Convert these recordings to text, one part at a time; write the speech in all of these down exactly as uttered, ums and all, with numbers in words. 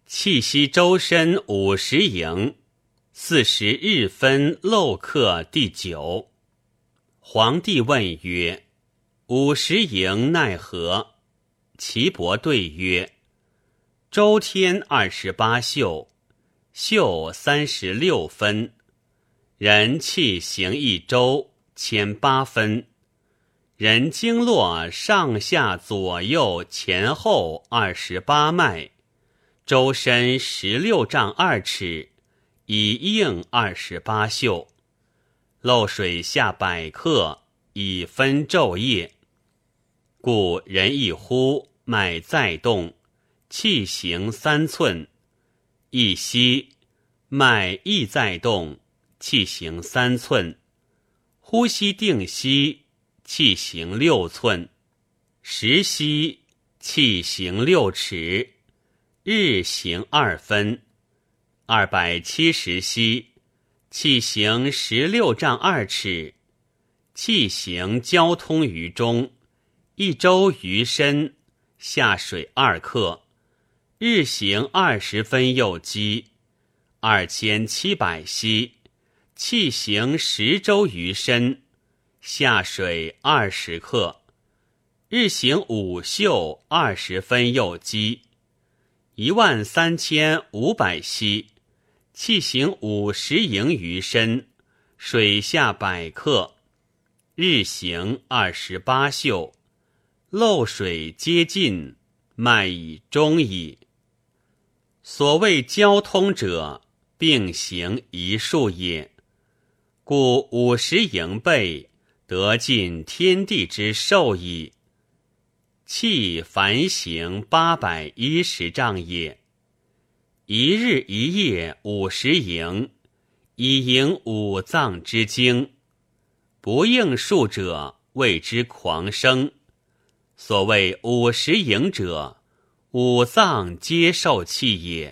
气息周身五十营，四时日分漏克第九。皇帝问曰：五十营奈何？岐伯对曰：周天二十八宿，宿三十六分，人气行一周，千八分。人经络上下左右前后二十八脉，周身十六丈二尺，以应二十八宿。漏水下百克，以分昼夜。故人一呼，脉再动，气行三寸；一息，脉亦再动，气行三寸。呼吸定息，气行六寸；时息，气行六尺；日行二分。二百七十息，气行十六丈二尺。气行交通于中，一周于身，下水二克。日行二十分右击，二千七百息，气行十周于身，下水二十克。日行五宿二十分右击，一万三千五百息，气行五十营于身，水下百克。日行二十八宿，漏水皆尽，脉已终矣。所谓交通者，并行一数也。故五十营备，得尽天地之寿矣。气凡行八百一十丈也。一日一夜五十营，以营五脏之精。不应数者，谓之狂生。所谓五十营者，五脏皆受气也。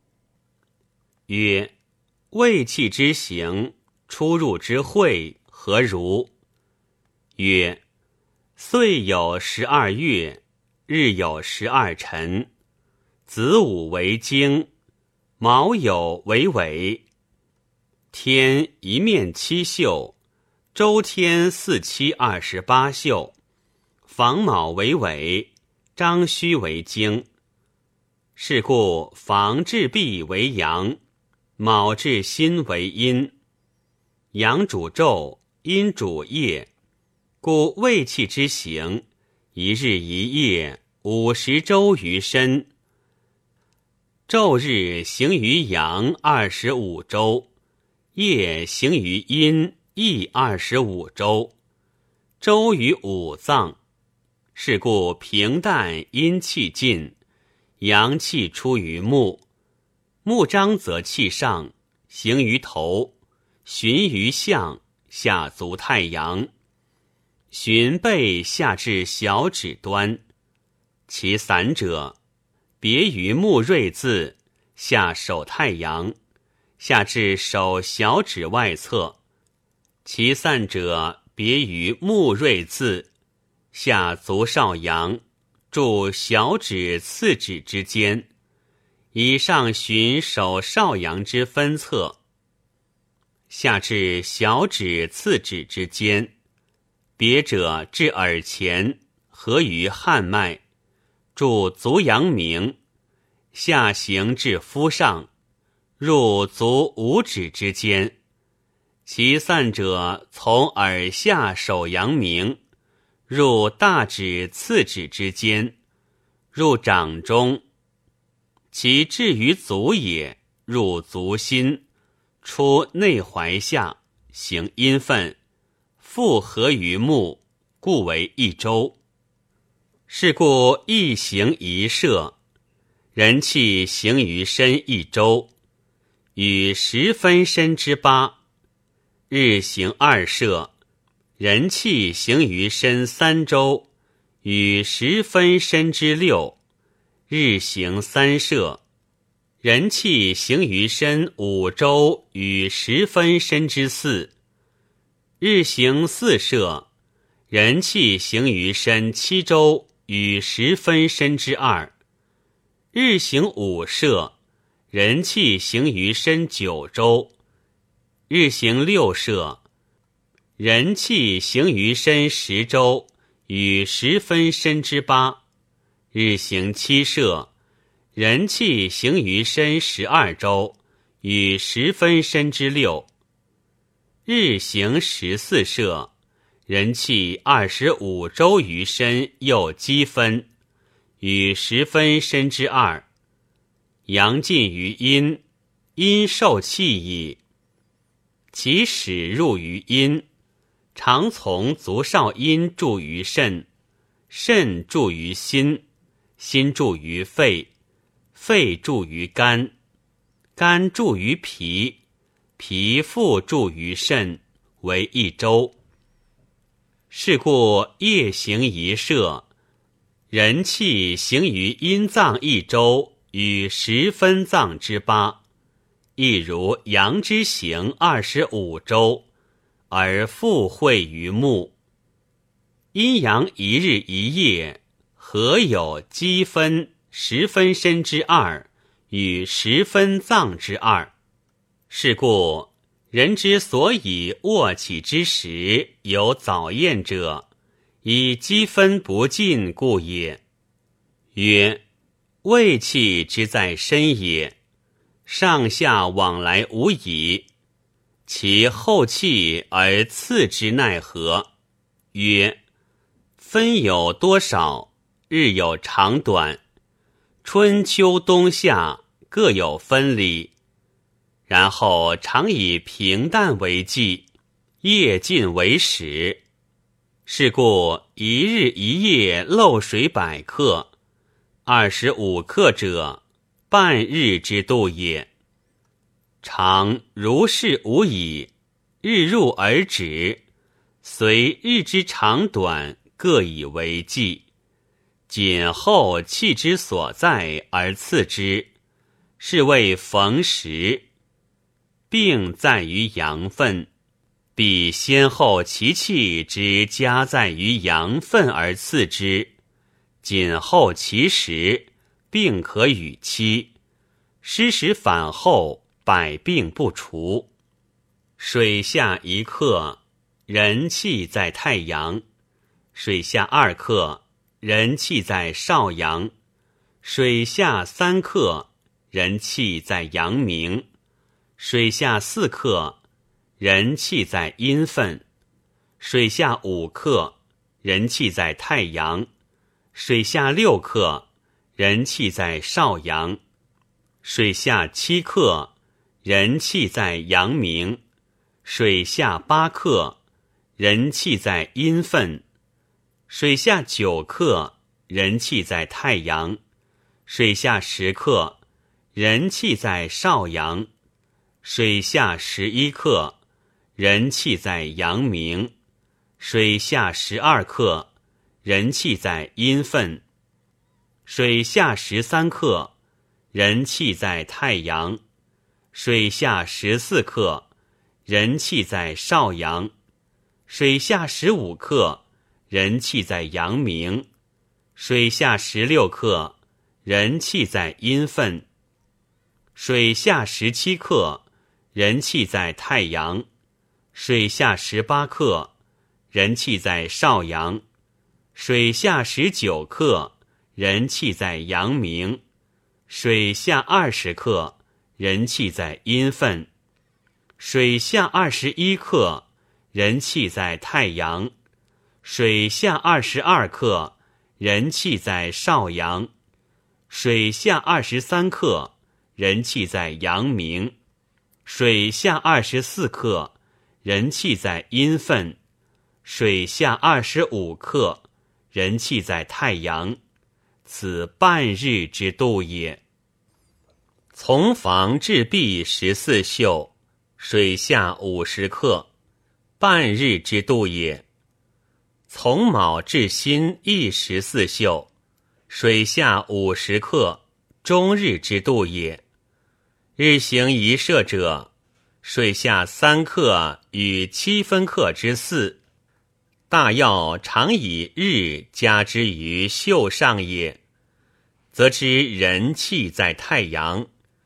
曰：胃气之行，出入之会何如？曰：岁有十二月，日有十二辰，子午为经，卯酉为尾，天一面七宿，周天四七二十八宿，房卯为尾，张虚为经。是故房至毕为阳，卯至辛为阴。阳主昼，阴主夜，故胃气之行，一日一夜，五十周于身。昼日行于阳二十五周，夜行于阴亦二十五周，周于五脏。是故平淡阴气尽，阳气出于目，目张则气上，行于头，循于项，下足太阳，循背下至小指端。其散者，别于目锐字，下手太阳，下至手小指外侧。其散者，别于目锐字，下足少阳，注小指次指之间，以上循手少阳之分侧，下至小指次指之间。别者至耳前，合于汗脉，注足阳明，下行至肤上，入足五指之间。其散者从耳下手阳明，入大指次指之间，入掌中。其至于足也，入足心，出内踝下，行阴分，复合于目，故为一周。是故一行一摄，人气行于身一周，与十分身之八。日行二摄，人气行于身三周，与十分身之六。日行三摄，人气行于身五周，与十分身之四。日行四摄，人气行于身七周，与十分身之二。日行五摄， 人气行于身九周，日行六射；人气行于身十周，与十分身之八，日行七射；人气行于身十二周，与十分身之六，日行十四射；人气二十五周于身又积分，与十分身之二。阳尽于阴，阴受气矣。其始入于阴，常从足少阴注于肾，肾注于心，心注于肺，肺注于肝，肝注于脾，脾复注于肾，为一周。是故夜行一射，人气行于阴脏一周，与十分脏之八，亦如阳之行二十五周，而复会于目。阴阳一日一夜，何有积分十分身之二，与十分脏之二？是故人之所以卧起之时有早厌者，以积分不尽故也。曰：胃气之在身也，上下往来无已，其后气而次之奈何？曰：分有多少，日有长短，春秋冬夏各有分理，然后常以平淡为纪，夜尽为始。是故一日一夜漏水百克，二十五克者，半日之度也。常如是无已，日入而止，随日之长短各以为纪，谨后气之所在而次之，是谓逢时。病在于阳分，必先后其气之加在于阳分而次之，谨后其时，病可与期，失时反后，百病不除。水下一克，人气在太阳；水下二克，人气在少阳；水下三克，人气在阳明；水下四克，人气在阴分；水下五克，人气在太阳；水下六克，人气在少阳；水下七克，人气在阳明；水下八克，人气在阴分；水下九克，人气在太阳；水下十克，人气在少阳；水下十一克，人气在阳明；水下十二克，人气在阴分；水下十三克，人气在太阳；水下十四克，人气在少阳；水下十五克，人气在阳明；水下十六克，人气在阴分；水下十七克，人气在太阳；水下十八克，人气在少阳；水下十九克，人气在阳明；水下二十克，人气在阴分；水下二十一克，人气在太阳；水下二十二克，人气在少阳；水下二十三克，人气在阳明；水下二十四克，人气在阴分；水下二十五克，人气在太阳。此半日之度也。从房至壁十四宿，水下五十克，半日之度也。从卯至辛亦十四宿，水下五十克，终日之度也。日行一射者，水下三克与七分克之四，大要常以日加之于宿上也，则知人气在太阳，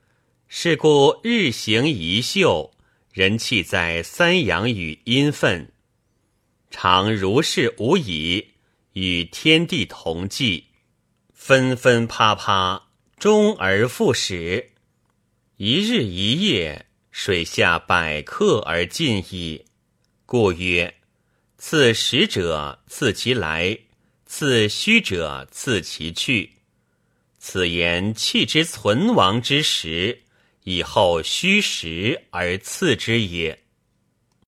是故日行一宿，人气在三阳与阴分。常如是无已，与天地同济，纷纷啪啪，终而复始。一日一夜，水下百客而尽矣。故曰：次实者次其来，次虚者次其去。此言气之存亡之时，以后虚实而次之也。